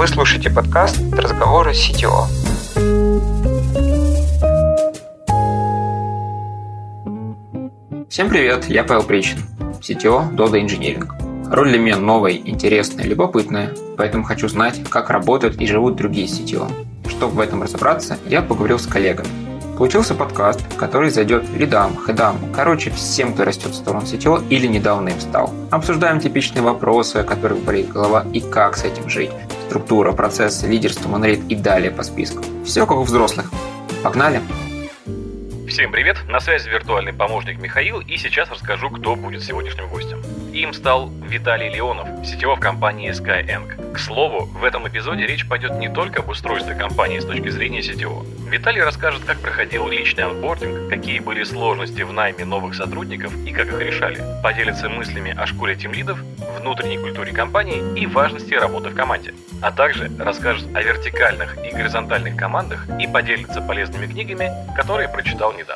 Вы слушаете подкаст «Разговоры CTO». Всем привет, я Павел Причин, CTO Dodo Engineering. Роль для меня новая, интересная, любопытная, поэтому хочу знать, как работают и живут другие CTO. Чтобы в этом разобраться, я поговорил с коллегами. Получился подкаст, который зайдет лидам, хедам, всем, кто растет в сторону CTO или недавно им стал. Обсуждаем типичные вопросы, о которых болит голова и как с этим жить. Структура, процессы, лидерство, монолит и далее по списку. Все как у взрослых. Погнали! Всем привет, на связи виртуальный помощник Михаил, и сейчас расскажу, кто будет сегодняшним гостем. Им стал Виталий Леонов, CTO в компании Skyeng. К слову, в этом эпизоде речь пойдет не только об устройстве компании с точки зрения CTO. Виталий расскажет, как проходил личный онбординг, какие были сложности в найме новых сотрудников и как их решали. Поделится мыслями о школе тимлидов, внутренней культуре компании и важности работы в команде. А также расскажет о вертикальных и горизонтальных командах и поделится полезными книгами, которые прочитал недавно.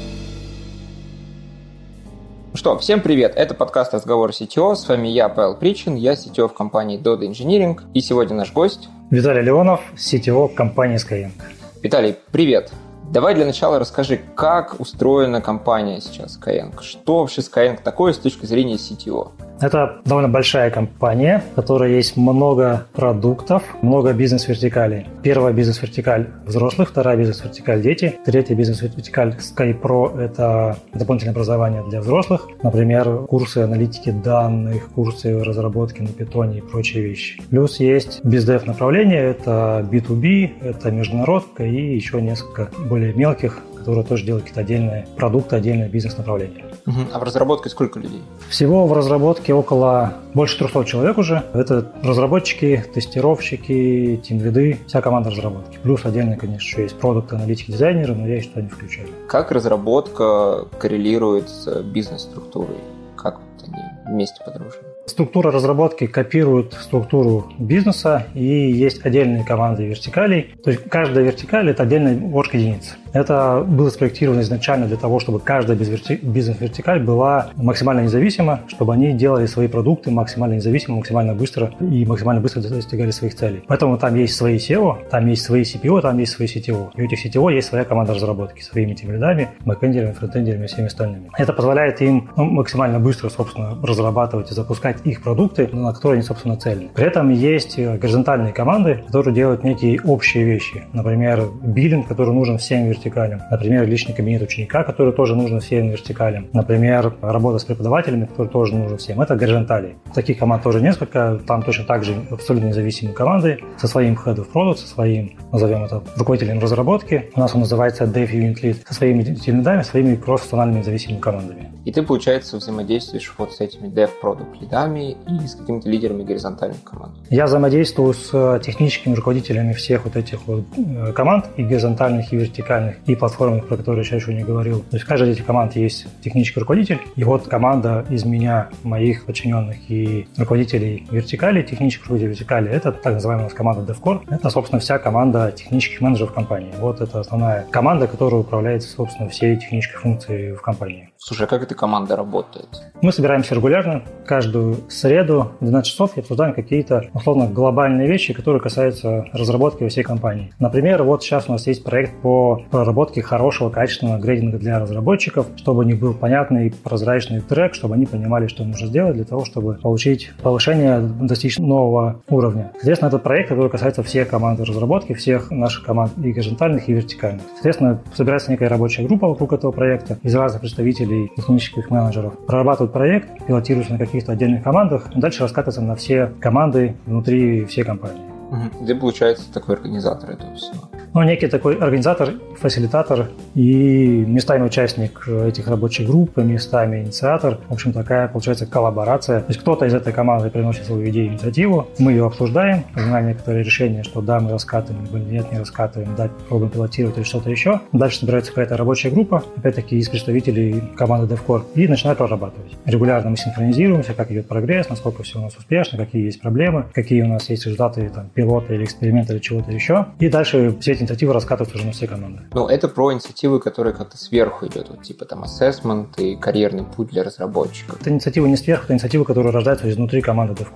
Ну что, всем привет, это подкаст «Разговоры CTO», с вами я, Павел Причин, я CTO в компании Dodo Engineering, и сегодня наш гость Виталий Леонов, CTO компании Skyeng. Виталий, привет! Давай для начала расскажи, как устроена компания сейчас Skyeng, что вообще Skyeng такое с точки зрения CTO? Это довольно большая компания, в которой есть много продуктов, много бизнес-вертикалей. Первая бизнес-вертикаль взрослых, вторая бизнес-вертикаль дети, третья бизнес-вертикаль SkyPro – это дополнительное образование для взрослых, например, курсы аналитики данных, курсы разработки на Python и прочие вещи. Плюс есть BizDev направление, это B2B, это международка и еще несколько более мелких, которые тоже делают какие-то отдельные продукты, отдельное бизнес-направление. А в разработке сколько людей? Всего в разработке больше 300 человек уже. Это разработчики, тестировщики, тимлиды, вся команда разработки. Плюс отдельно, конечно, еще есть продукты, аналитики, дизайнеры, но я их сюда не включаю. Как разработка коррелирует с бизнес-структурой? Как они вместе подружены? Структура разработки копирует структуру бизнеса, и есть отдельные команды вертикалей. То есть каждая вертикаль – это отдельная орг-единица. Это было спроектировано изначально для того, чтобы каждая бизнес-вертикаль была максимально независима, чтобы они делали свои продукты максимально независимо, максимально быстро достигали своих целей. Поэтому там есть свои SEO, там есть свои CPO, там есть свои CTO. И у этих CTO есть своя команда разработки, своими тимлидами, бэкэндерами, фронтендерами и всеми остальными. Это позволяет им максимально быстро, собственно, разрабатывать и запускать их продукты, на которые они, собственно, цельны. При этом есть горизонтальные команды, которые делают некие общие вещи. Например, биллинг, который нужен всем вертикалям. Например, личный кабинет ученика, который тоже нужен всем вертикалям. Например, работа с преподавателями, который тоже нужен всем. Это горизонтали. Таких команд тоже несколько. Там точно так же абсолютно независимые команды со своим head of product, со своим, назовем это, руководителем разработки. У нас он называется Dev Unit Lead. Со своими тимлидами, своими профессиональными независимыми командами. И ты, получается, взаимодействуешь вот с этими Dev Product лидами и с какими-то лидерами горизонтальных команд? Я взаимодействую с техническими руководителями всех вот этих вот команд, и горизонтальных, и вертикальных, и платформенных, про которые я еще не говорил. То есть в каждой из этих команд есть технический руководитель, и вот команда из меня, моих подчиненных и руководителей вертикали, технических руководителей вертикали, это так называемая у нас команда DevCore. Это, собственно, вся команда технических менеджеров компании. Вот это основная команда, которая управляет, собственно, всей технической функцией в компании. Слушай, а как эта команда работает? Мы собираемся регулярно, каждую среду в 12 часов и обсуждаем какие-то, условно, глобальные вещи, которые касаются разработки всей компании. Например, вот сейчас у нас есть проект по проработке хорошего, качественного грейдинга для разработчиков, чтобы у них был понятный, прозрачный трек, чтобы они понимали, что нужно сделать для того, чтобы получить повышение, достичь нового уровня. Соответственно, это проект, который касается всех команд разработки, всех наших команд и горизонтальных, и вертикальных. Соответственно, собирается некая рабочая группа вокруг этого проекта из разных представителей технических менеджеров, прорабатывают проект, пилотируются на каких-то отдельных командах, и дальше раскатываются на все команды внутри всей компании. Ты, получается, такой организатор этого всего. Некий такой организатор, фасилитатор и местами участник этих рабочих групп, и местами инициатор. В общем, такая, получается, коллаборация. То есть кто-то из этой команды приносит свою идею, инициативу, мы ее обсуждаем, принимаем некоторые решения, что да, мы раскатываем, либо нет, не раскатываем, да, пробуем пилотировать или что-то еще. Дальше собирается какая-то рабочая группа, опять-таки из представителей команды DevCore, и начинают прорабатывать. Регулярно мы синхронизируемся, как идет прогресс, насколько все у нас успешно, какие есть проблемы, какие у нас есть результаты пилота или эксперимента или чего-то еще. И дальше все эти инициативы раскатываются уже на все команды. Это про инициативы, которые как-то сверху идет, вот типа ассессмент и карьерный путь для разработчиков. Это инициативы не сверху, это инициативы, которые рождаются изнутри команды DevCore.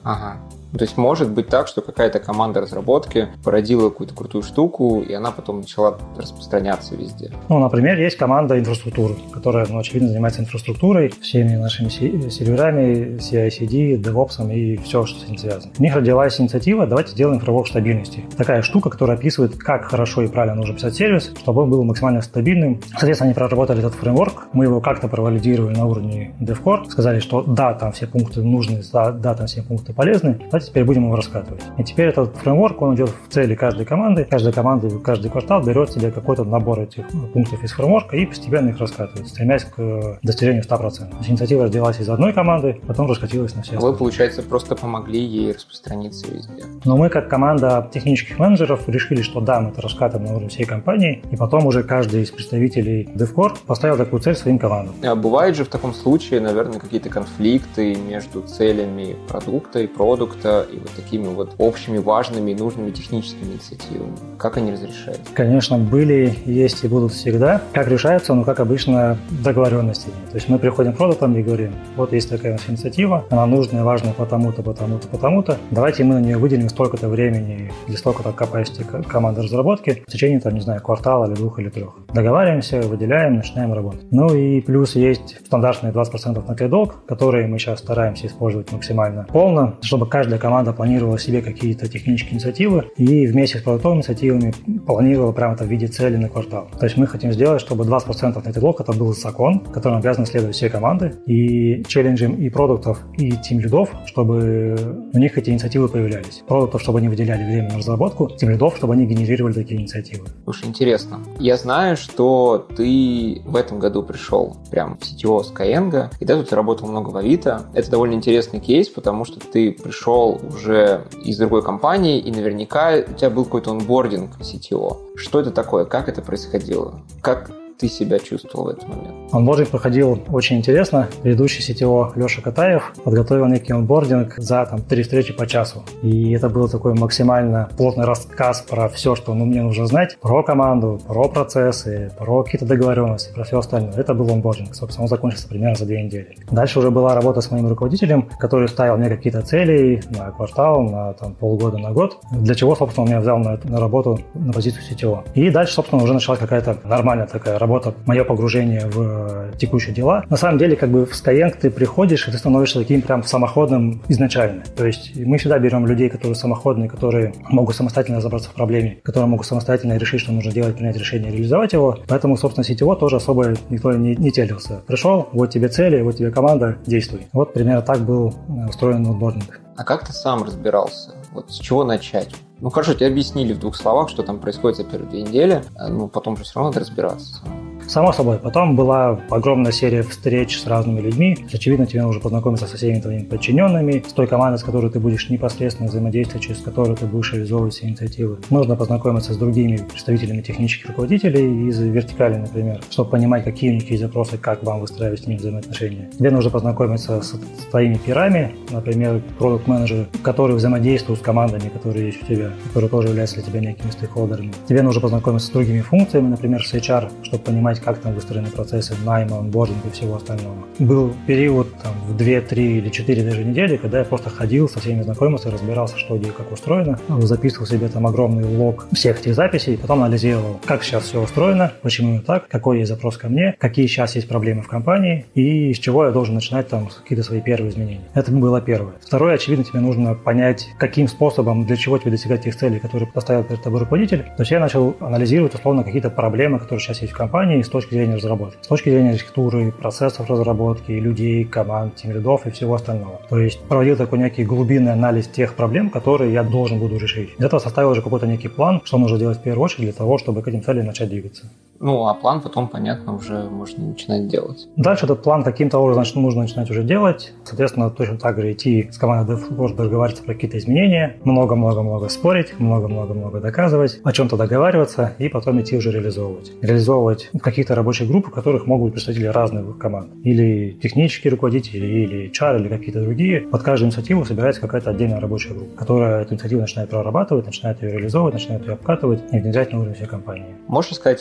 Ага. То есть может быть так, что какая-то команда разработки породила какую-то крутую штуку, и она потом начала распространяться везде. Например, есть команда инфраструктуры, которая, очевидно, занимается инфраструктурой, всеми нашими серверами, CI/CD, DevOps и все, что с этим связано. У них родилась инициатива «Давайте сделаем фреймворк стабильности». Такая штука, которая описывает, как хорошо и правильно нужно писать сервис, чтобы он был максимально стабильным. Соответственно, они проработали этот фреймворк, мы его как-то провалидировали на уровне DevCore, сказали, что да, там все пункты нужны, да, там все пункты полезны, давайте теперь будем его раскатывать. И теперь этот фреймворк, он идет в цели каждой команды. Каждая команда, каждый квартал берет себе какой-то набор этих пунктов из фреймворка и постепенно их раскатывает, стремясь к достижению 100%. То есть инициатива родилась из одной команды, потом раскатилась на все остальные. Вы, получается, просто помогли ей распространиться везде. Но мы, как команда технических менеджеров, решили, что да, мы это раскатываем на уровне всей компании, и потом уже каждый из представителей DevCore поставил такую цель своим командам. А бывают же в таком случае, наверное, какие-то конфликты между целями продукта и продукта и вот такими вот общими, важными и нужными техническими инициативами. Как они разрешаются? Конечно, были, есть и будут всегда. Как решаются? Как обычно, договоренностями. То есть мы приходим к продуктам и говорим, вот есть такая у нас инициатива, она нужная, важная потому-то, потому-то, потому-то. Давайте мы на нее выделим столько-то времени или столько-то capacity команды разработки в течение, квартала или 2 или 3. Договариваемся, выделяем, начинаем работать. И плюс есть стандартные 20% на трейд-долг, которые мы сейчас стараемся использовать максимально полно, чтобы каждая команда планировала себе какие-то технические инициативы и вместе с продуктовыми инициативами планировала прямо это в виде цели на квартал. То есть мы хотим сделать, чтобы 20% на трейд-долг это был закон, которым обязаны следовать все команды, и челленджем и продуктов, и тимлидов, чтобы у них эти инициативы появлялись. Продуктов, чтобы они выделяли время на разработку, тимлидов, чтобы они генерировали такие инициативы. Слушай, интересно. Я знаю, что ты в этом году пришел прямо в CTO Skyeng, и до этого ты работал много в Авито. Это довольно интересный кейс, потому что ты пришел уже из другой компании, и наверняка у тебя был какой-то онбординг CTO. Что это такое? Как это происходило? Как ты себя чувствовал в этот момент? Онбординг проходил очень интересно. Предыдущий CTO Леша Катаев подготовил некий онбординг за 3 встречи по часу. И это был такой максимально плотный рассказ про все, что мне нужно знать. Про команду, про процессы, про какие-то договоренности, про все остальное. Это был онбординг. Собственно, он закончился примерно за 2 недели. Дальше уже была работа с моим руководителем, который ставил мне какие-то цели на квартал, на полгода, на год. Для чего, собственно, он меня взял на работу, на позицию CTO. И дальше, собственно, уже началась какая-то нормальная такая работа, мое погружение в текущие дела. На самом деле, в Skyeng ты приходишь, и ты становишься таким прям самоходным изначально. То есть мы всегда берем людей, которые самоходные, которые могут самостоятельно разобраться в проблеме, которые могут самостоятельно решить, что нужно делать, принять решение, реализовать его. Поэтому, собственно, CTO тоже особо никто не телился. Пришел, вот тебе цели, вот тебе команда, действуй. Вот примерно так был устроен онбординг. А как ты сам разбирался? Вот с чего начать? Хорошо, тебе объяснили в 2 словах, что там происходит за первые 2 недели, но потом же все равно надо разбираться. Само собой. Потом была огромная серия встреч с разными людьми. Очевидно, тебе нужно познакомиться со всеми твоими подчиненными, с той командой, с которой ты будешь непосредственно взаимодействовать, через которую ты будешь реализовывать все инициативы. Нужно познакомиться с другими представителями технических руководителей из вертикали, например, чтобы понимать, какие у них есть запросы, как вам выстраивать с ними взаимоотношения. Тебе нужно познакомиться с твоими пирами, например, продукт-менеджеры, которые взаимодействуют с командами, которые есть у тебя, которые тоже являются для тебя некими стейкхолдерами. Тебе нужно познакомиться с другими функциями, например, с HR, чтобы понимать, как там выстроены процессы найма, онбординга и всего остального. Был период в 2, 3 или 4 даже недели, когда я просто ходил, со всеми знакомился, разбирался, что где и как устроено, записывал себе огромный лог всех этих записей, потом анализировал, как сейчас все устроено, почему так, какой есть запрос ко мне, какие сейчас есть проблемы в компании и с чего я должен начинать какие-то свои первые изменения. Это было первое. Второе, очевидно, тебе нужно понять, каким способом, для чего тебе достигать тех целей, которые поставил перед тобой руководитель. То есть я начал анализировать, условно, какие-то проблемы, которые сейчас есть в компании с точки зрения разработки. С точки зрения архитектуры, процессов разработки, людей, команд, тимлидов и всего остального. То есть проводил такой некий глубинный анализ тех проблем, которые я должен буду решить. Из этого составил уже какой-то некий план, что нужно делать в первую очередь для того, чтобы к этим целям начать двигаться. А план потом, понятно, уже можно начинать делать. Дальше этот план каким-то образом нужно начинать уже делать. Соответственно, точно так же идти с командой DevForce, договариваться про какие-то изменения, много-много-много спорить, много-много-много доказывать, о чем-то договариваться и потом идти уже реализовывать. Реализовывать в каких-то рабочих группах, в которых могут быть представители разных команд. Или технические руководители, или HR, или какие-то другие. Под каждую инициативу собирается какая-то отдельная рабочая группа, которая эту инициативу начинает прорабатывать, начинает ее реализовывать, начинает ее обкатывать и внедрять на уровень всей компании. Можешь сказать о нескольких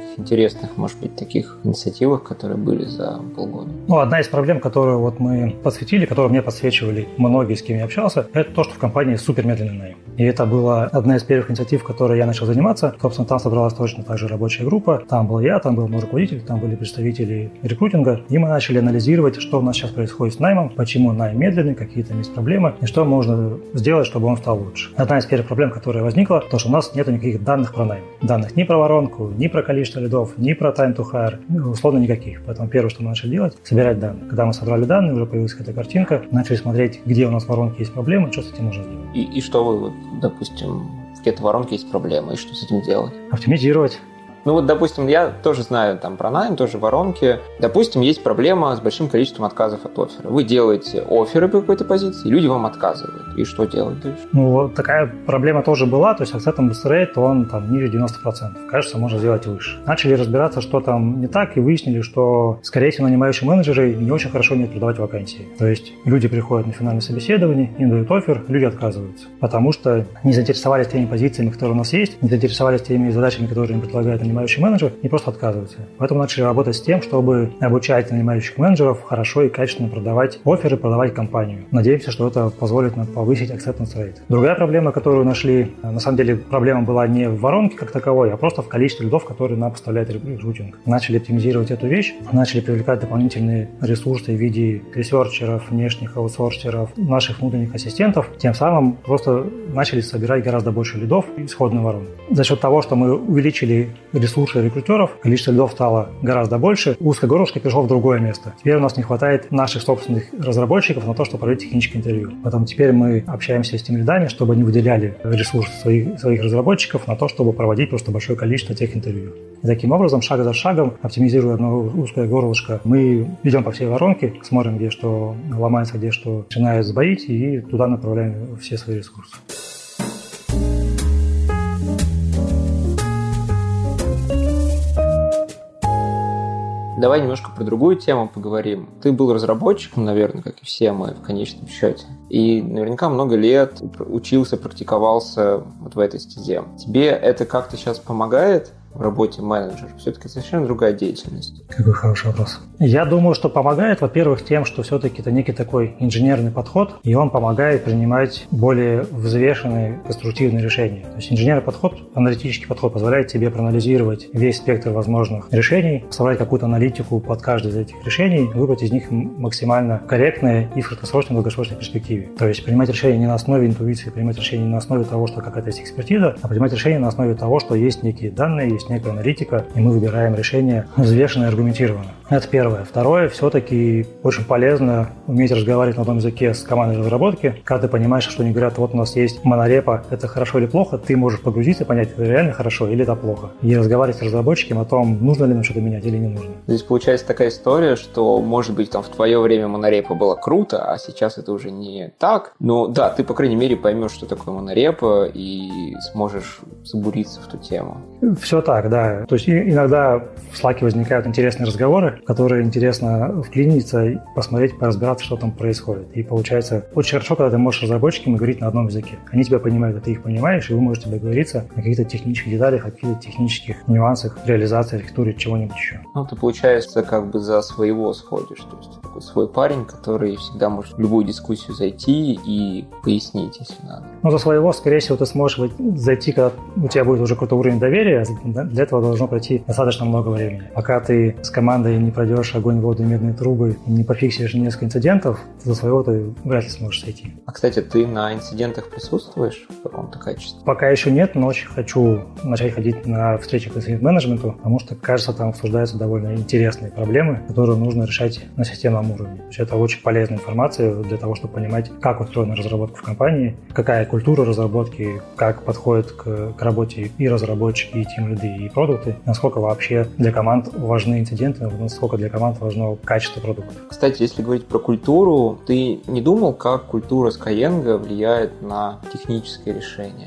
интересных, может быть, таких инициативах, которые были за полгода? Одна из проблем, которую вот мы подсветили, которую мне подсвечивали многие, с кем я общался, это то, что в компании супермедленный найм. И это была одна из первых инициатив, которой я начал заниматься. Собственно, там собралась точно так же рабочая группа. Там был я, там был мой руководитель, там были представители рекрутинга. И мы начали анализировать, что у нас сейчас происходит с наймом, почему найм медленный, какие там есть проблемы, и что можно сделать, чтобы он стал лучше. Одна из первых проблем, которая возникла, то, что у нас нет никаких данных про найм. Данных ни про воронку, ни про количество лидов, ни про time to hire, условно никаких. Поэтому первое, что мы начали делать, собирать данные. Когда мы собрали данные, уже появилась какая-то картинка, начали смотреть, где у нас в воронке есть проблемы, что с этим можно сделать. И что вы, допустим, в какой-то воронке есть проблемы, и что с этим делать? Оптимизировать. Допустим, я тоже знаю там про найм, тоже воронки. Допустим, есть проблема с большим количеством отказов от оффера. Вы делаете офферы по какой-то позиции, люди вам отказывают. И что делать дальше? Такая проблема тоже была. То есть acceptance rate, он там ниже 90%. Кажется, можно сделать выше. Начали разбираться, что там не так, и выяснили, что, скорее всего, нанимающие менеджеры не очень хорошо умеют продавать вакансии. То есть люди приходят на финальное собеседование, им дают оффер, люди отказываются. Потому что не заинтересовались теми позициями, которые у нас есть, не заинтересовались теми задачами, которые им предлагают нанимающий менеджер, и просто отказываются. Поэтому начали работать с тем, чтобы обучать нанимающих менеджеров хорошо и качественно продавать офферы, продавать компанию. Надеемся, что это позволит нам повысить acceptance rate. Другая проблема, которую нашли, на самом деле проблема была не в воронке как таковой, а просто в количестве лидов, которые нам поставляет рекрутинг. Начали оптимизировать эту вещь, начали привлекать дополнительные ресурсы в виде ресерчеров, внешних аутсорсеров, наших внутренних ассистентов. Тем самым просто начали собирать гораздо больше лидов в исходную воронку. За счет того, что мы увеличили ресурсы рекрутеров, количество лидов стало гораздо больше, узкое горлышко перешло в другое место. Теперь у нас не хватает наших собственных разработчиков на то, чтобы проводить техническое интервью. Поэтому теперь мы общаемся с теми лидами, чтобы они выделяли ресурсы своих разработчиков на то, чтобы проводить просто большое количество тех интервью. И таким образом, шаг за шагом, оптимизируя одно узкое горлышко, мы идем по всей воронке, смотрим, где что ломается, где что начинает сбоить, и туда направляем все свои ресурсы. Давай немножко про другую тему поговорим. Ты был разработчиком, наверное, как и все мы в конечном счете. И наверняка много лет учился, практиковался вот в этой стезе. Тебе это как-то сейчас помогает в работе менеджера? Все-таки совершенно другая деятельность. Какой хороший вопрос. Я думаю, что помогает, во-первых, тем, что все-таки это некий такой инженерный подход, и он помогает принимать более взвешенные, конструктивные решения. То есть инженерный подход, аналитический подход позволяет тебе проанализировать весь спектр возможных решений, собрать какую-то аналитику под каждое из этих решений, выбрать из них максимально корректные и в краткосрочной, и долгосрочной перспективе. То есть принимать решения не на основе интуиции, принимать решения не на основе того, что какая-то есть экспертиза, а принимать решения на основе того, что есть некие данные, есть некая аналитика, и мы выбираем решение взвешенно и аргументированно. Это первое. Второе, все-таки очень полезно уметь разговаривать на одном языке с командой разработки. Когда ты понимаешь, что они говорят, вот у нас есть монорепа, это хорошо или плохо, ты можешь погрузиться и понять, это реально хорошо или это плохо. И разговаривать с разработчиком о том, нужно ли нам что-то менять или не нужно. Здесь получается такая история, что, может быть, там в твое время монорепа было круто, а сейчас это уже не так. Но да, ты, по крайней мере, поймешь, что такое монорепа, и сможешь забуриться в ту тему. Все так, да. То есть иногда в Slack возникают интересные разговоры, в которые интересно вклиниться и посмотреть, поразбираться, что там происходит. И получается очень хорошо, когда ты можешь с разработчиками говорить на одном языке. Они тебя понимают, а ты их понимаешь, и вы можете договориться о каких-то технических деталях, о каких-то технических нюансах реализации архитектуры, чего-нибудь еще. Ты, получается, как бы за своего сходишь. То есть такой свой парень, который всегда может в любую дискуссию зайти и пояснить, если надо. За своего, скорее всего, ты сможешь зайти, когда у тебя будет уже какой-то уровень доверия. Для этого должно пройти достаточно много времени. Пока ты с командой не пройдешь огонь, воду и медные трубы, и не пофиксишь несколько инцидентов, за своего ты вряд ли сможешь сойти. А, кстати, ты на инцидентах присутствуешь в каком-то качестве? Пока еще нет, но очень хочу начать ходить на встречи по инцидент-менеджменту, потому что, кажется, там обсуждаются довольно интересные проблемы, которые нужно решать на системном уровне. То есть это очень полезная информация для того, чтобы понимать, как устроена разработка в компании, какая культура разработки, как подходят к работе и разработчики, и тимлиды, и продукты, насколько вообще для команд важны инциденты, насколько для команд важно качество продукта. Кстати, если говорить про культуру, ты не думал, как культура Skyeng влияет на техническое решение?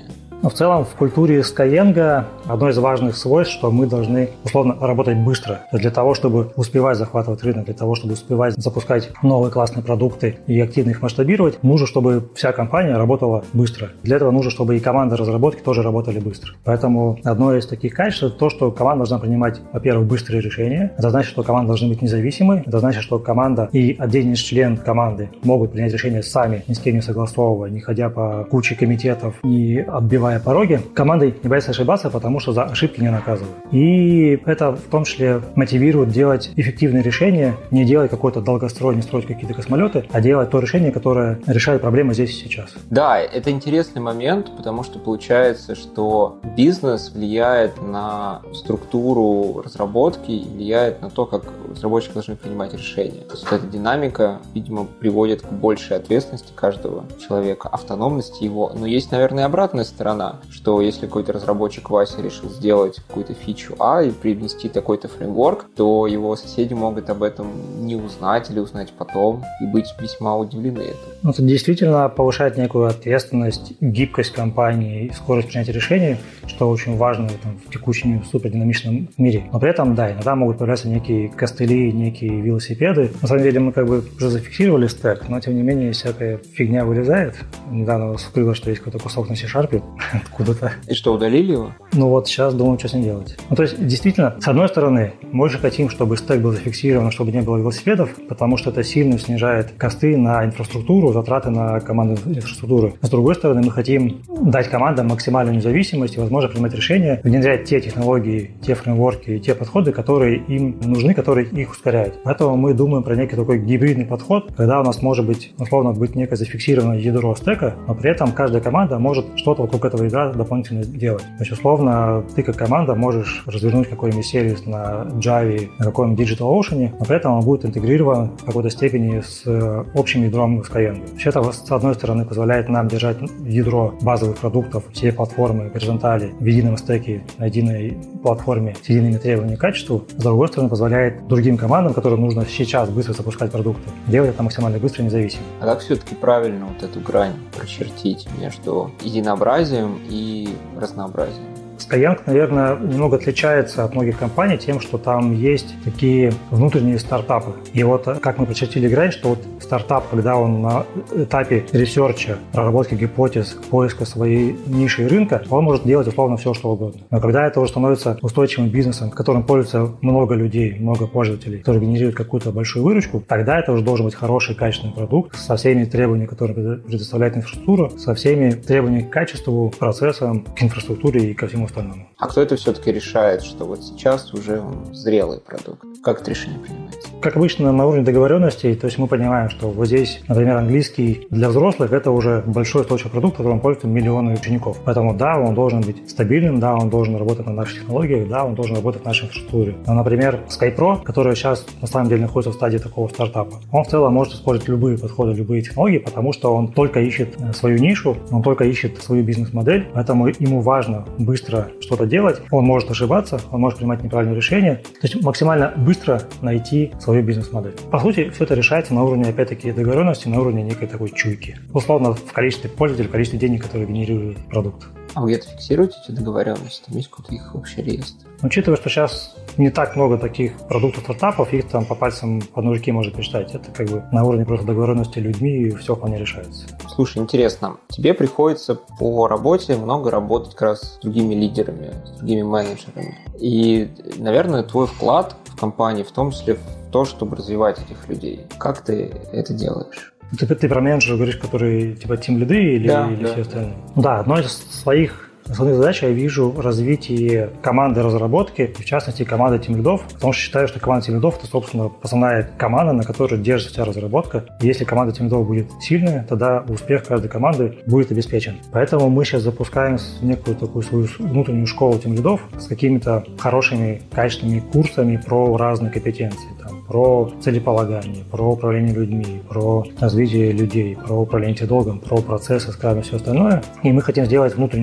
Но в целом в культуре Skyeng одно из важных свойств, что мы должны условно работать быстро. Для того, чтобы успевать захватывать рынок, для того, чтобы успевать запускать новые классные продукты и активно их масштабировать, нужно, чтобы вся компания работала быстро. Для этого нужно, чтобы и команда разработки тоже работали быстро. Поэтому одно из таких качеств – то, что команда должна принимать, во-первых, быстрые решения. Это значит, что команда должна быть независимой. Это значит, что команда и отдельный член команды могут принять решения сами, ни с кем не согласовывая, не ходя по куче комитетов, не отбивая пороги. Командой не боятся ошибаться, потому что за ошибки не наказывают. И это в том числе мотивирует делать эффективные решения, не делать какой-то долгострой, не строить какие-то космолеты, а делать то решение, которое решает проблемы здесь и сейчас. Да, это интересный момент, потому что получается, что бизнес влияет на структуру разработки и влияет на то, как разработчики должны принимать решения. То есть эта динамика, видимо, приводит к большей ответственности каждого человека, автономности его. Но есть, наверное, обратная сторона, что если какой-то разработчик Вася решил сделать какую-то фичу А и привнести такой-то фреймворк, то его соседи могут об этом не узнать или узнать потом и быть весьма удивлены этому. Это действительно повышает некую ответственность, гибкость компании и скорость принятия решений, что очень важно в текущем супердинамичном мире. Но при этом, да, иногда могут появляться некие костыли, некие велосипеды. На самом деле мы уже зафиксировали стек, но тем не менее всякая фигня вылезает. Недавно у нас вскрылось, что есть какой-то кусок на C# откуда-то. И что, удалили его? Ну вот сейчас думаю, что с ним делать. То есть, действительно, с одной стороны, мы же хотим, чтобы стек был зафиксирован, чтобы не было велосипедов, потому что это сильно снижает косты на инфраструктуру, затраты на команду инфраструктуры. С другой стороны, мы хотим дать командам максимальную независимость и возможность принимать решения, внедрять те технологии, те фреймворки, те подходы, которые им нужны, которые их ускоряют. Поэтому мы думаем про некий такой гибридный подход, когда у нас может быть, условно, некое зафиксированное ядро стека, но при этом каждая команда может что-то вокруг этого ядра дополнительно делать. То есть, условно, ты как команда можешь развернуть какой-нибудь сервис на Java, на каком-нибудь DigitalOcean, но при этом он будет интегрирован в какой-то степени с общим ядром Skyeng. Это, с одной стороны, позволяет нам держать ядро базовых продуктов, все платформы, горизонтали в едином стеке, на единой платформе с едиными требованиями к качеству. С другой стороны, позволяет другим командам, которым нужно сейчас быстро запускать продукты, делать это максимально быстро и независимо. А как все-таки правильно вот эту грань прочертить между единообразием и разнообразием? Skyeng, наверное, немного отличается от многих компаний тем, что там есть такие внутренние стартапы. И вот как мы прочертили грань, что вот стартап, когда он на этапе ресерча, проработки гипотез, поиска своей ниши и рынка, он может делать условно все, что угодно. Но когда это уже становится устойчивым бизнесом, которым пользуется много людей, много пользователей, который генерирует какую-то большую выручку, тогда это уже должен быть хороший, качественный продукт со всеми требованиями, которые предоставляет инфраструктура, со всеми требованиями к качеству, процессам, к инфраструктуре и ко всему остальному. А кто это все-таки решает, что вот сейчас уже он зрелый продукт? Как это решение принимается? Как обычно, на уровне договоренностей, то есть мы понимаем, что вот здесь, например, английский для взрослых – это уже большой устойчивый продукт, которым пользуются миллионы учеников. Поэтому да, он должен быть стабильным, да, он должен работать на наших технологиях, да, он должен работать в нашей инфраструктуре. Но, например, SkyPro, который сейчас на самом деле находится в стадии такого стартапа, он в целом может использовать любые подходы, любые технологии, потому что он только ищет свою нишу, он только ищет свою бизнес-модель, поэтому ему важно быстро что-то делать, он может ошибаться, он может принимать неправильные решения, то есть максимально быстро найти свою бизнес-модель. По сути, все это решается на уровне, опять-таки, договоренности, на уровне некой такой чуйки. Условно, в количестве пользователей, в количестве денег, которые генерирует продукт. А вы где-то фиксируете эти договоренности? Там есть какой-то их общий реестр? Учитывая, что сейчас не так много таких продуктов стартапов, их там по пальцам по одной руке можно посчитать. Это как бы на уровне просто договоренности людьми, и все вполне решается. Слушай, интересно. Тебе приходится по работе много работать как раз с другими лидерами, с другими менеджерами. И, наверное, твой вклад в компании в том числе в то, чтобы развивать этих людей. Как ты это делаешь? Ты про менеджеров говоришь, которые типа тим-лиды или все остальные? Да, одной из своих основных задач я вижу развитие команды разработки, в частности, команды тимлидов, потому что считаю, что команда тимлидов – это, собственно, основная команда, на которой держится вся разработка. И если команда тимлидов будет сильная, тогда успех каждой команды будет обеспечен. Поэтому мы сейчас запускаем некую такую свою внутреннюю школу тимлидов с какими-то хорошими, качественными курсами про разные компетенции. Про целеполагание, про управление людьми, про развитие людей, про управление долгом, про процессы, скажем, и все остальное. И мы хотим сделать внутреннюю школу,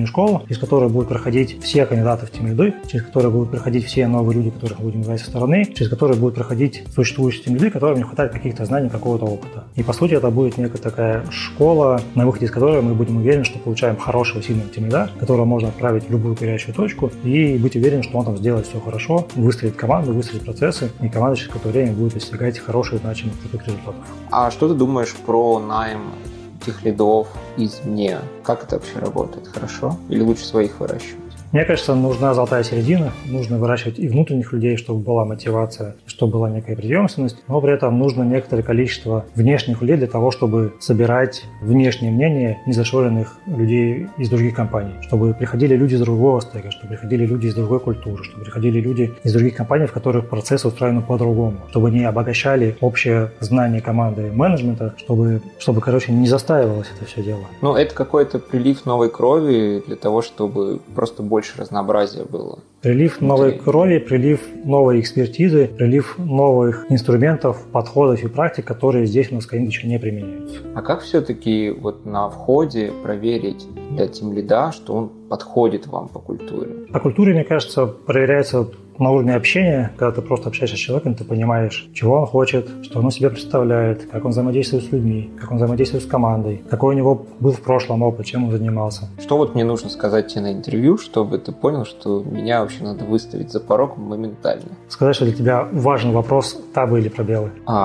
через который будут проходить все кандидаты в тимлиды, через который будут проходить все новые люди, которых мы будем брать со стороны, через который будут проходить существующие тимлиды, которым не хватает каких-то знаний, какого-то опыта. И по сути это будет некая такая школа, на выходе из которой мы будем уверены, что получаем хорошего, сильного тимлида, которого можно отправить в любую горячую точку и быть уверен, что он там сделает все хорошо, выстроит команду, выстроит процессы, и команда через какое-то время будет достигать хороших, значимых, крутых результатов. А что ты думаешь про найм тех лидов извне? Как это вообще работает? Хорошо? Или лучше своих выращивать? Мне кажется, нужна золотая середина, нужно выращивать и внутренних людей, чтобы была мотивация, чтобы была некая преемственность, но при этом нужно некоторое количество внешних людей для того, чтобы собирать внешнее мнение незашоренных людей из других компаний, чтобы приходили люди из другого стека, чтобы приходили люди из другой культуры, чтобы приходили люди из других компаний, в которых процессы устроены по-другому, чтобы они обогащали общее знание команды и менеджмента, чтобы, короче, не застаивалось это все дело. Ну, это какой-то прилив новой крови для того, чтобы просто больше разнообразия было. Прилив новой крови, прилив новой экспертизы, прилив новых инструментов, подходов и практик, которые здесь у нас в Skyeng не применяются. А как все-таки вот на входе проверить для тимлида, что он подходит вам по культуре? По культуре, мне кажется, проверяется на уровне общения, когда ты просто общаешься с человеком, ты понимаешь, чего он хочет, что он из себя представляет, как он взаимодействует с людьми, как он взаимодействует с командой, какой у него был в прошлом опыт, чем он занимался. Что вот мне нужно сказать тебе на интервью, чтобы ты понял, что меня вообще надо выставить за порог моментально? Сказать, что для тебя важен вопрос табы или пробелы.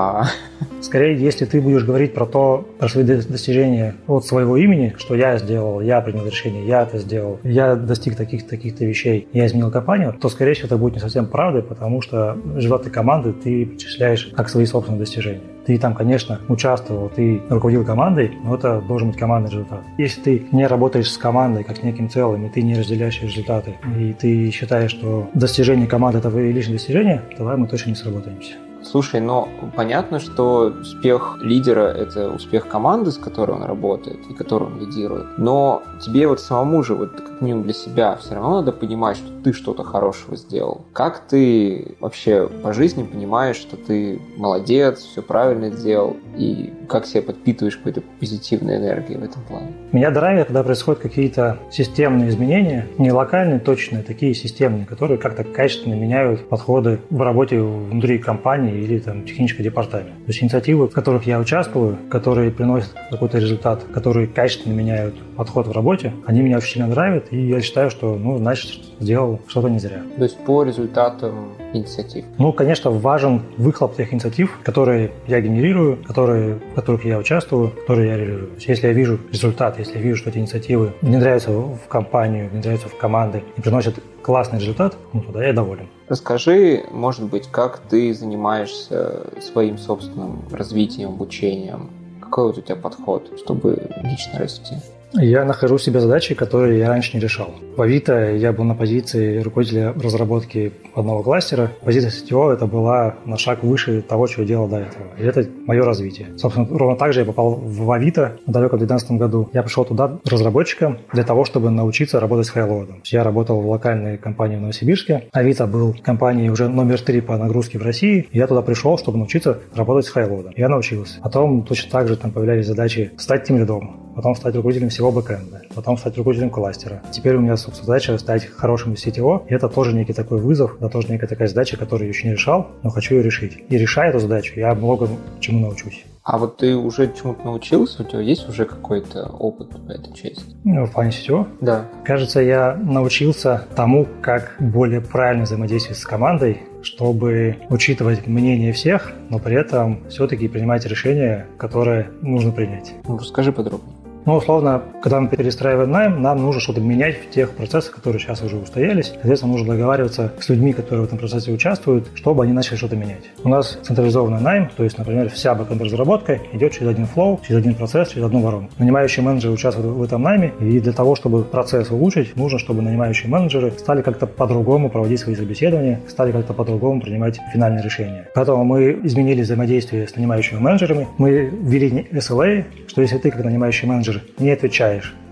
Скорее, если ты будешь говорить про свои достижения от своего имени, что я сделал, я принял решение, я это сделал, я достиг таких-то вещей, я изменил компанию, то, скорее всего, это будет не совсем правдой, потому что результаты команды ты причисляешь как свои собственные достижения. Ты там, конечно, участвовал, ты руководил командой, но это должен быть командный результат. Если ты не работаешь с командой как неким целым, и ты не разделяешь результаты, и ты считаешь, что достижение команды – это твои личные достижения, тогда мы точно не сработаемся. Слушай, но понятно, что успех лидера – это успех команды, с которой он работает и которую он лидирует. Но тебе вот самому же, вот как минимум для себя, все равно надо понимать, что ты что-то хорошего сделал. Как ты вообще по жизни понимаешь, что ты молодец, все правильно сделал, и как себя подпитываешь какой-то позитивной энергией в этом плане? Меня драйвит, когда происходят какие-то системные изменения, не локальные, точные, такие системные, которые как-то качественно меняют подходы в работе внутри компании или там технического департамента. То есть инициативы, в которых я участвую, которые приносят какой-то результат, которые качественно меняют подход в работе, они меня очень сильно драйвят, и я считаю, что, значит, сделал что-то не зря. То есть по результатам инициатив? Конечно, важен выхлоп тех инициатив, которые я генерирую, в которых я участвую, которые я реализую. То есть, если я вижу результат, если я вижу, что эти инициативы внедряются в компанию, внедряются в команды и приносят классный результат, тогда я доволен. Расскажи, может быть, как ты занимаешься своим собственным развитием, обучением? Какой вот у тебя подход, чтобы лично расти? Я нахожу себе задачи, которые я раньше не решал. В Авито я был на позиции руководителя разработки одного кластера. Позиция CTO это была на шаг выше того, что я делал до этого. И это мое развитие. Собственно, ровно так же я попал в Авито в далеком 2012 году. Я пришел туда разработчиком для того, чтобы научиться работать с хайлоадом. Я работал в локальной компании в Новосибирске. Авито был компанией уже номер 3 по нагрузке в России. И я туда пришел, чтобы научиться работать с хайлоадом. Я научился. Потом точно так же там появлялись задачи стать тимлидом, потом стать руководителем всего бэкэнда, потом стать руководителем кластера. Теперь у меня, собственно, задача стать хорошим CTO, и это тоже некий такой вызов, это тоже некая такая задача, которую я еще не решал, но хочу ее решить. И решая эту задачу, я много чему научусь. А вот ты уже чему-то научился? У тебя есть уже какой-то опыт в этой части? В плане CTO? Да. Кажется, я научился тому, как более правильно взаимодействовать с командой, чтобы учитывать мнение всех, но при этом все-таки принимать решения, которые нужно принять. Расскажи подробнее. Условно, когда мы перестраиваем найм, нам нужно что-то менять в тех процессах, которые сейчас уже устоялись. Соответственно, нужно договариваться с людьми, которые в этом процессе участвуют, чтобы они начали что-то менять. У нас централизованный найм, то есть, например, вся бэкэнд-разработка идет через один флоу, через один процесс, через одну воронку. Нанимающие менеджеры участвуют в этом найме, и для того, чтобы процесс улучшить, нужно, чтобы нанимающие менеджеры стали как-то по-другому проводить свои собеседования, стали как-то по-другому принимать финальные решения. Поэтому мы изменили взаимодействие с нанимающими менеджерами, мы ввели SLA, что если ты, как нанимающий менеджер, не отвечаешь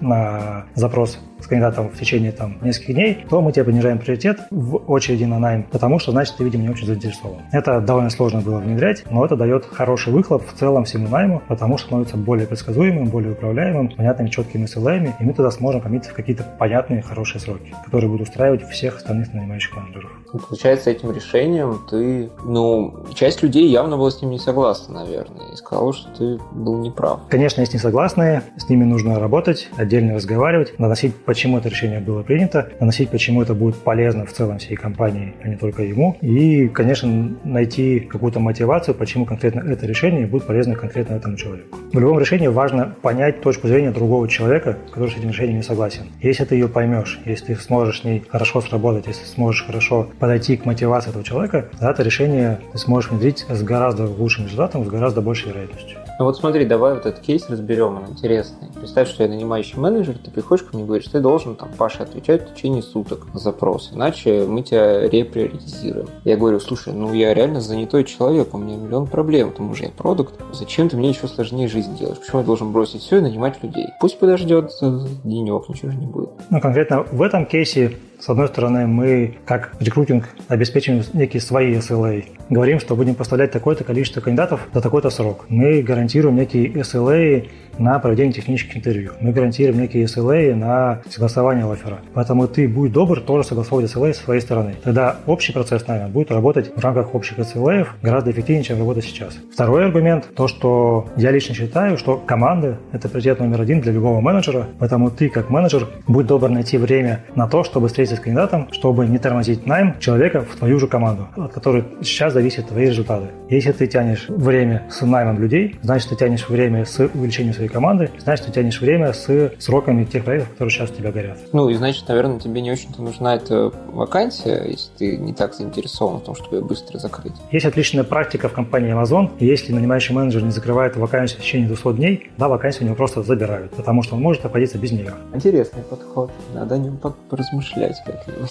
на запрос с кандидатом в течение нескольких дней, то мы тебе понижаем приоритет в очереди на найм, потому что, значит, ты, видимо, не очень заинтересован. Это довольно сложно было внедрять, но это дает хороший выхлоп в целом всему найму, потому что становится более предсказуемым, более управляемым, понятными, четкими SLA, и мы тогда сможем коммитить в какие-то понятные, хорошие сроки, которые будут устраивать всех остальных нанимающих менеджеров. Получается, этим решением ты, часть людей явно была с ним не согласна, наверное, и сказала, что ты был неправ. Конечно, есть несогласные, с ними нужно работать, отдельно разговаривать, наносить, почему это решение было принято, наносить, почему это будет полезно в целом всей компании, а не только ему. И, конечно, найти какую-то мотивацию, почему конкретно это решение будет полезно конкретно этому человеку. В любом решении важно понять точку зрения другого человека, который с этим решением не согласен. Если ты ее поймешь, если ты сможешь с ней хорошо сработать, если сможешь хорошо подойти к мотивации этого человека, тогда это решение ты сможешь внедрить с гораздо лучшим результатом, с гораздо большей вероятностью. Ну вот смотри, давай вот этот кейс разберем, он интересный. Представь, что я нанимающий менеджер, ты приходишь ко мне и говоришь, ты должен Паше отвечать в течение суток на запрос, иначе мы тебя реприоритизируем. Я говорю, слушай, я реально занятой человек, у меня миллион проблем, к тому же я продукт, зачем ты мне еще сложнее жизнь делаешь? Почему я должен бросить все и нанимать людей? Пусть подождет денек, ничего же не будет. Конкретно в этом кейсе, с одной стороны, мы как рекрутинг обеспечиваем некие свои SLA. Говорим, что будем поставлять такое-то количество кандидатов за такой-то срок. Мы гарантируем некие SLA на проведение технических интервью. Мы гарантируем некие SLA на согласование оффера. Поэтому ты будь добр тоже согласовывать SLA со своей стороны. Тогда общий процесс, наверное, будет работать в рамках общих SLA гораздо эффективнее, чем работать сейчас. Второй аргумент, то, что я лично считаю, что команда – это приоритет номер один для любого менеджера. Поэтому ты, как менеджер, будь добр найти время на то, чтобы встретиться с кандидатом, чтобы не тормозить найм человека в твою же команду, от которой сейчас зависят твои результаты. Если ты тянешь время с наймом людей, значит, ты тянешь время с увеличением своей команды, значит, ты тянешь время с сроками тех проектов, которые сейчас у тебя горят. И значит, наверное, тебе не очень-то нужна эта вакансия, если ты не так заинтересован в том, чтобы ее быстро закрыть. Есть отличная практика в компании Amazon. Если нанимающий менеджер не закрывает вакансию в течение 200 дней, вакансию у него просто забирают, потому что он может обходиться без нее. Интересный подход. Надо о нем поразмышлять как-нибудь.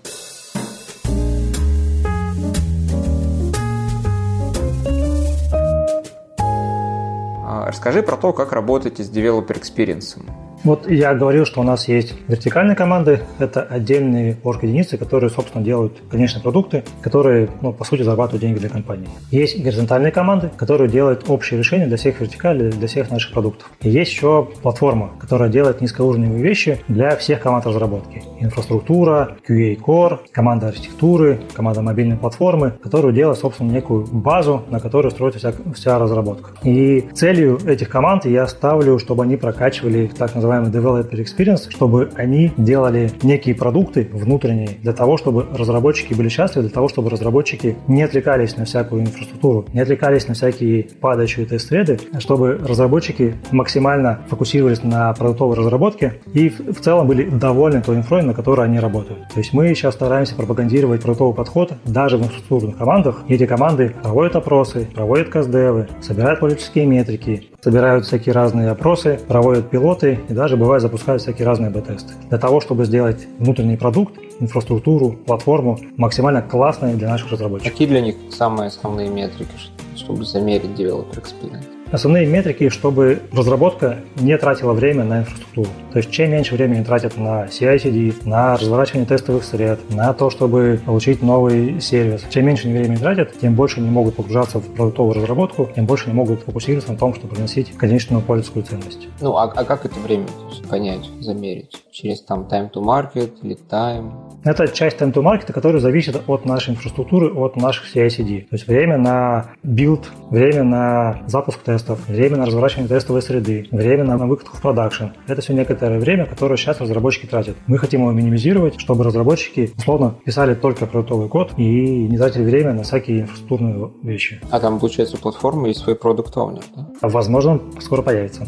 Расскажи про то, как работаете с Developer Experience. Вот я говорил, что у нас есть вертикальные команды, это отдельные орг-единицы, которые, собственно, делают конечные продукты, которые, по сути, зарабатывают деньги для компании. Есть горизонтальные команды, которые делают общие решения для всех вертикалей, для всех наших продуктов. И есть еще платформа, которая делает низкоуровневые вещи для всех команд разработки. Инфраструктура, QA Core, команда архитектуры, команда мобильной платформы, которая делает, собственно, некую базу, на которой строится вся разработка. И целью этих команд я ставлю, чтобы они прокачивали так называемый Developer Experience, чтобы они делали некие продукты внутренние для того, чтобы разработчики были счастливы, для того, чтобы разработчики не отвлекались на всякую инфраструктуру, не отвлекались на всякие падающие тест-среды, чтобы разработчики максимально фокусировались на продуктовой разработке и в целом были довольны той инфрой, на которой они работают. То есть мы сейчас стараемся пропагандировать продуктовый подход даже в инфраструктурных командах. И эти команды проводят опросы, проводят каздевы, собирают политические метрики, собирают всякие разные опросы, проводят пилоты и даже бывает запускают всякие разные АБ-тесты. Для того, чтобы сделать внутренний продукт, инфраструктуру, платформу максимально классной для наших разработчиков. Какие для них самые основные метрики, чтобы замерить Developer Experience? Основные метрики, чтобы разработка не тратила время на инфраструктуру. То есть чем меньше времени тратят на CI/CD, на разворачивание тестовых сред, на то, чтобы получить новый сервис. Чем меньше времени тратят, тем больше они могут погружаться в продуктовую разработку, тем больше они могут фокусироваться на том, чтобы приносить конечную пользовательскую ценность. А как это время понять, замерить? Через time to market или time? Это часть time to market, которая зависит от нашей инфраструктуры, от наших CI/CD. То есть время на билд, время на запуск тестов, время на разворачивание тестовой среды, время на выкатку в продакшн. Это все некоторое время, которое сейчас разработчики тратят. Мы хотим его минимизировать, чтобы разработчики, условно, писали только продуктовый код и не тратили время на всякие инфраструктурные вещи. А там, получается, у платформы есть свой продукт-оунер, да? Возможно, скоро появится.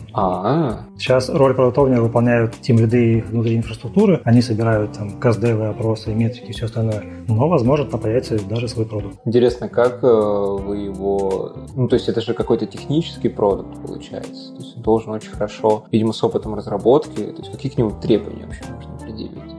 Сейчас роль продукт-оунера выполняют тимлиды внутри инфраструктуры. Они собирают каздевы, опросы, метрики и все остальное. Но, возможно, там появится даже свой продукт. Интересно, как вы его... то есть это же какой-то технический продукт получается. То есть он должен очень хорошо, видимо, с опытом разработки. То есть какие к нему требования вообще можно предъявить?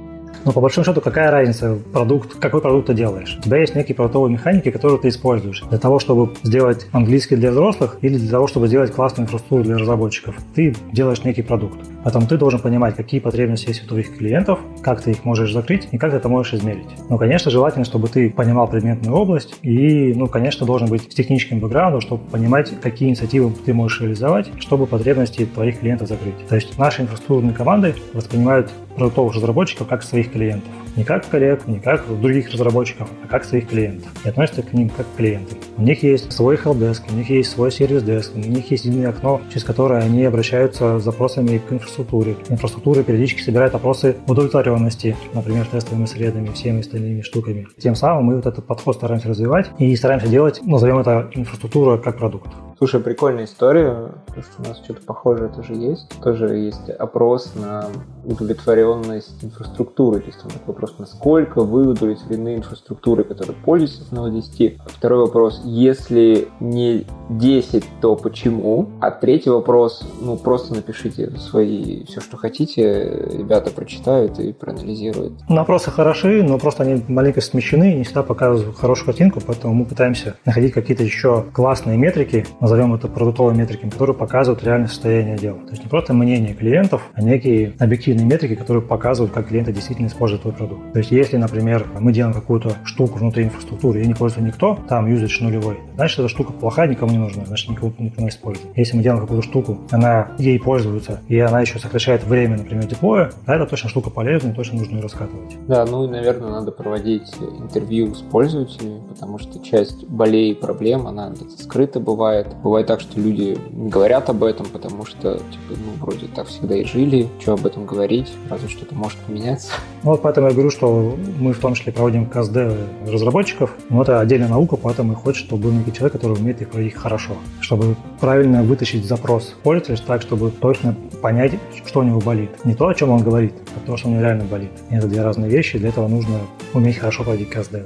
Но по большому счету, какая разница, какой продукт ты делаешь? У тебя есть некие продуктовые механики, которые ты используешь для того, чтобы сделать английский для взрослых или для того, чтобы сделать классную инфраструктуру для разработчиков. Ты делаешь некий продукт. Поэтому ты должен понимать, какие потребности есть у твоих клиентов, как ты их можешь закрыть и как ты это можешь измерить. Ну, конечно, желательно, чтобы ты понимал предметную область и, конечно, должен быть с техническим бэкграундом, чтобы понимать, какие инициативы ты можешь реализовать, чтобы потребности твоих клиентов закрыть. То есть наши инфраструктурные команды воспринимают продуктовых разработчиков как своих клиентов. Не как коллег, не как других разработчиков, а как своих клиентов. И относятся к ним как к клиентам. У них есть свой helpdesk, у них есть свой сервис-деск, у них есть единое окно, через которое они обращаются с запросами к инфраструктуре. Инфраструктура периодически собирает опросы удовлетворенности, например, тестовыми средами, всеми остальными штуками. Тем самым мы вот этот подход стараемся развивать и стараемся делать, назовем это инфраструктура как продукт. Слушай, прикольная история, потому что у нас что-то похожее тоже есть. Тоже есть опрос на удовлетворенность инфраструктуры. То есть там такой вопрос, насколько вы удовлетворены инфраструктурой, которой пользуетесь, с 1 до 10. Второй вопрос, если не 10, то почему? А третий вопрос, просто напишите все, что хотите, ребята прочитают и проанализируют. Вопросы хороши, но просто они маленько смещены и не всегда показывают хорошую картинку, поэтому мы пытаемся находить какие-то еще классные метрики, назовем это продуктовыми метриками, которые показывают реальное состояние дела. То есть не просто мнение клиентов, а некие объективные метрики, которые показывают, как клиенты действительно используют твой продукт. То есть если, например, мы делаем какую-то штуку внутри инфраструктуры и не пользуется никто, там юзач нулевой, значит, эта штука плохая, никому не нужна, значит, никто не использует. Если мы делаем какую-то штуку, ей пользуются, и она еще сокращает время, например, деплоя, да, это точно штука полезная, и точно нужно ее раскатывать. Да, и, наверное, надо проводить интервью с пользователями, потому что часть болей и проблем, она где-то скрыта бывает. Бывает так, что люди не говорят об этом, потому что, вроде так всегда и жили, что об этом говорить, разве что-то может поменяться. Поэтому я говорю, что мы в том числе проводим КСД разработчиков, но это отдельная наука, поэтому и хочется, чтобы был некий человек, который умеет их проводить хорошо, чтобы правильно вытащить запрос пользователя так, чтобы точно понять, что у него болит. Не то, о чем он говорит, а то, что у него реально болит. И это две разные вещи, для этого нужно уметь хорошо проводить КСД.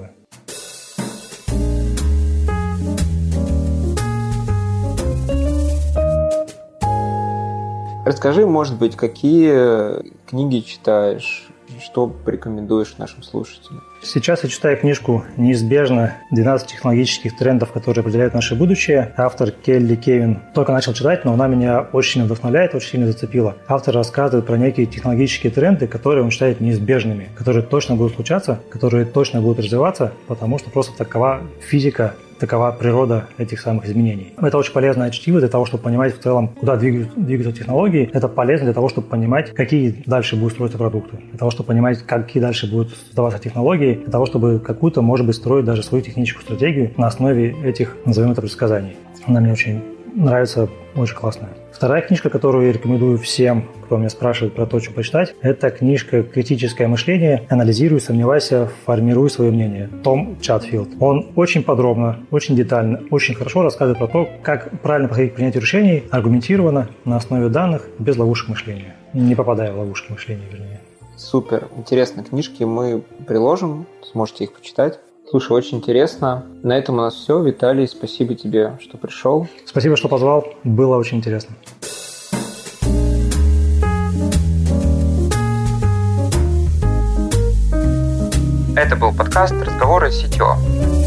Расскажи, может быть, какие книги читаешь, что порекомендуешь нашим слушателям? Сейчас я читаю книжку «Неизбежно. 12 технологических трендов, которые определяют наше будущее». Автор Келли Кевин. Только начал читать, но она меня очень сильно вдохновляет, очень сильно зацепила. Автор рассказывает про некие технологические тренды, которые он считает неизбежными, которые точно будут случаться, которые точно будут развиваться, потому что просто такова физика, такова природа этих самых изменений. Это очень полезное чтиво для того, чтобы понимать в целом, куда двигаются технологии. Это полезно для того, чтобы понимать, какие дальше будут строиться продукты. Для того, чтобы понимать, какие дальше будут создаваться технологии. Для того, чтобы какую-то, может быть, строить даже свою техническую стратегию на основе этих, назовем это, предсказаний. Она мне очень нравится, очень классная. Вторая книжка, которую я рекомендую всем, кто меня спрашивает про то, что почитать, это книжка «Критическое мышление. Анализируй, сомневайся, формируй свое мнение». Том Чатфилд. Он очень подробно, очень детально, очень хорошо рассказывает про то, как правильно подходить к принятию решений, аргументированно, на основе данных, без ловушек мышления. Не попадая в ловушки мышления, вернее. Супер. Интересные книжки мы приложим, сможете их почитать. Слушай, очень интересно. На этом у нас все. Виталий, спасибо тебе, что пришел. Спасибо, что позвал. Было очень интересно. Это был подкаст «Разговоры с CTO».